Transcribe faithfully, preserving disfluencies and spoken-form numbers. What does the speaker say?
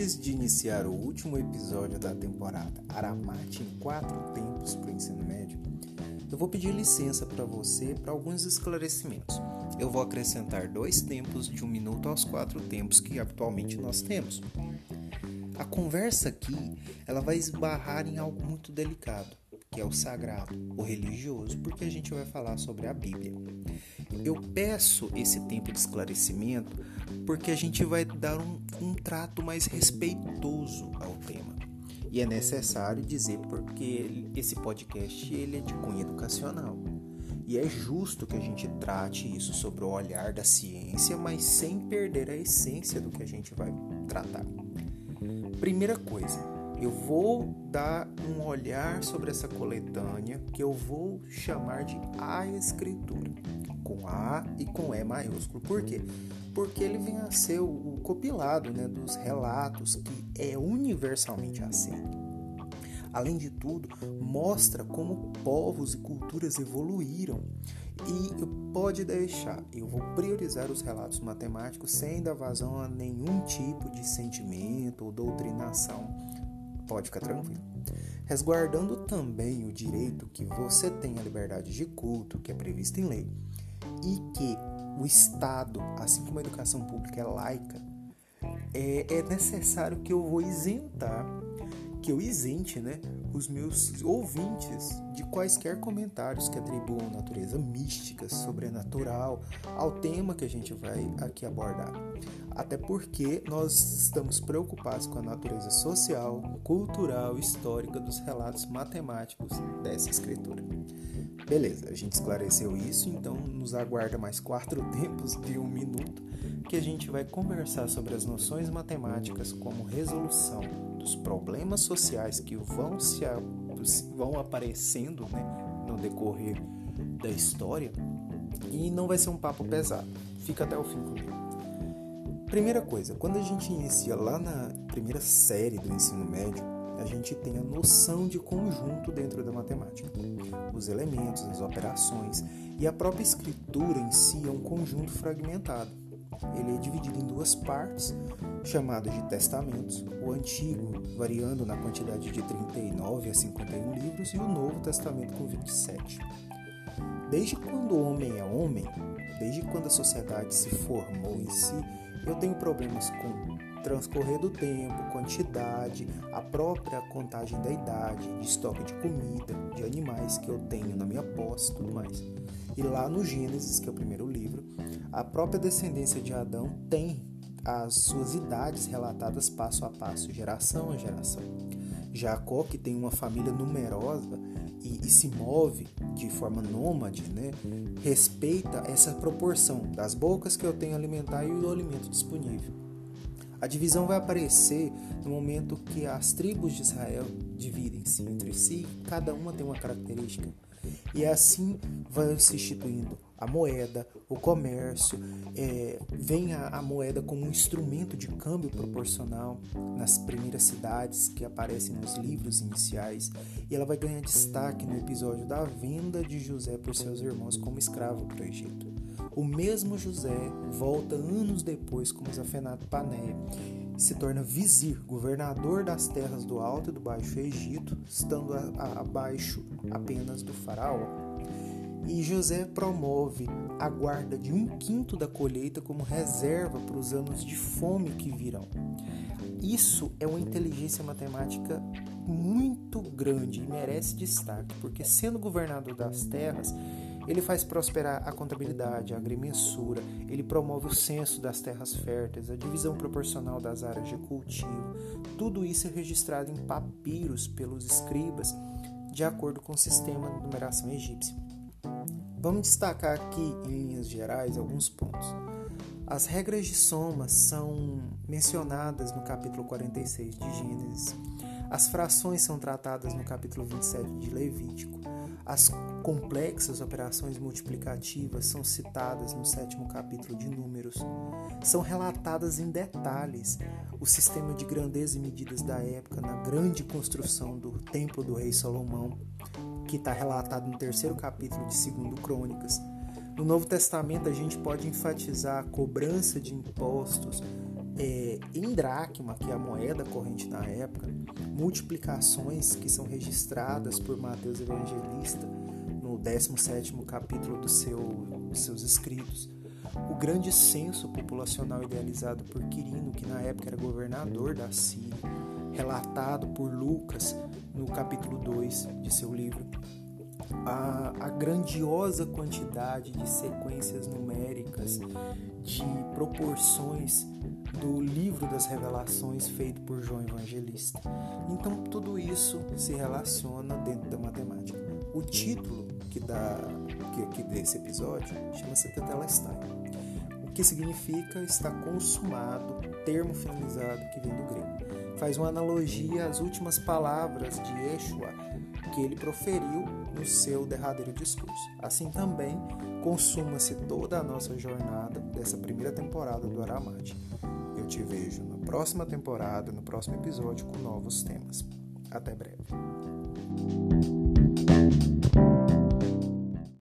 Antes de iniciar o último episódio da temporada Aramate em quatro tempos para o ensino médio, eu vou pedir licença para você para alguns esclarecimentos. Eu vou acrescentar dois tempos de um minuto aos quatro tempos que atualmente nós temos. A conversa aqui ela vai esbarrar em algo muito delicado, que é o sagrado, o religioso, porque a gente vai falar sobre a Bíblia. Eu peço esse tempo de esclarecimento porque a gente vai dar um, um trato mais respeitoso ao tema. E é necessário dizer porque esse podcast ele é de cunho educacional. E é justo que a gente trate isso sobre o olhar da ciência, mas sem perder a essência do que a gente vai tratar. Primeira coisa, eu vou dar um olhar sobre essa coletânea que eu vou chamar de A Escritura, com A e com E maiúsculo. Por quê? Porque ele vem a ser o, o compilado, né, dos relatos que é universalmente aceito. Além de tudo, mostra como povos e culturas evoluíram. E pode deixar, eu vou priorizar os relatos matemáticos sem dar vazão a nenhum tipo de sentimento ou doutrinação. Pode ficar tranquilo. Resguardando também o direito que você tem à liberdade de culto, que é previsto em lei, e que o Estado, assim como a educação pública é laica, é, é necessário que eu vou isentar, que eu isente, né, os meus ouvintes de quaisquer comentários que atribuam natureza mística, sobrenatural ao tema que a gente vai aqui abordar. Até porque nós estamos preocupados com a natureza social, cultural e histórica dos relatos matemáticos dessa escritura. Beleza, a gente esclareceu isso, então nos aguarda mais quatro tempos de um minuto que a gente vai conversar sobre as noções matemáticas como resolução dos problemas sociais que vão, se, vão aparecendo, né, no decorrer da história, e não vai ser um papo pesado. Fica até o fim comigo. Primeira coisa, quando a gente inicia lá na primeira série do ensino médio, a gente tem a noção de conjunto dentro da matemática. Os elementos, as operações e a própria escritura em si é um conjunto fragmentado. Ele é dividido em duas partes, chamadas de testamentos, o Antigo variando na quantidade de trinta e nove a cinquenta e um livros e o Novo Testamento com vinte e sete. Desde quando o homem é homem, desde quando a sociedade se formou em si, eu tenho problemas com transcorrer do tempo, quantidade, a própria contagem da idade, de estoque de comida, de animais que eu tenho na minha posse e tudo mais. E lá no Gênesis, que é o primeiro livro, a própria descendência de Adão tem as suas idades relatadas passo a passo, geração a geração. Jacó, que tem uma família numerosa e, e se move de forma nômade, né, respeita essa proporção das bocas que eu tenho a alimentar e o alimento disponível. A divisão vai aparecer no momento que as tribos de Israel dividem-se entre si, cada uma tem uma característica. E assim vai se instituindo a moeda, o comércio, é, vem a, a moeda como um instrumento de câmbio proporcional nas primeiras cidades que aparecem nos livros iniciais, e ela vai ganhar destaque no episódio da venda de José por seus irmãos como escravo para o Egito. O mesmo José volta anos depois como Zafenato Paneia, se torna vizir, governador das terras do Alto e do Baixo Egito, estando a, a, abaixo apenas do faraó. E José promove a guarda de um quinto da colheita como reserva para os anos de fome que virão. Isso é uma inteligência matemática muito grande e merece destaque, porque sendo governador das terras, ele faz prosperar a contabilidade, a agrimensura, ele promove o censo das terras férteis, a divisão proporcional das áreas de cultivo. Tudo isso é registrado em papiros pelos escribas, de acordo com o sistema de numeração egípcio. Vamos destacar aqui, em linhas gerais, alguns pontos. As regras de soma são mencionadas no capítulo quarenta e seis de Gênesis. As frações são tratadas no capítulo vinte e sete de Levítico. As complexas operações multiplicativas são citadas no sétimo capítulo de Números. São relatadas em detalhes o sistema de grandeza e medidas da época na grande construção do Templo do Rei Salomão, que está relatado no terceiro capítulo de Segundo Crônicas. No Novo Testamento, a gente pode enfatizar a cobrança de impostos é, em dracma, que é a moeda corrente na época, multiplicações que são registradas por Mateus Evangelista no décimo sétimo capítulo do seu, dos seus escritos, o grande censo populacional idealizado por Quirino, que na época era governador da Síria, relatado por Lucas no capítulo dois de seu livro, a, a grandiosa quantidade de sequências numéricas, de proporções do livro das revelações feito por João Evangelista. Então tudo isso se relaciona dentro da matemática. O título que dá que, que desse episódio chama-se Tetelestai, o que significa está consumado, termo finalizado que vem do grego. Faz uma analogia às últimas palavras de Yeshua que ele proferiu no seu derradeiro discurso. Assim também consuma-se toda a nossa jornada dessa primeira temporada do Aramate. Eu te vejo na próxima temporada, no próximo episódio, com novos temas. Até breve.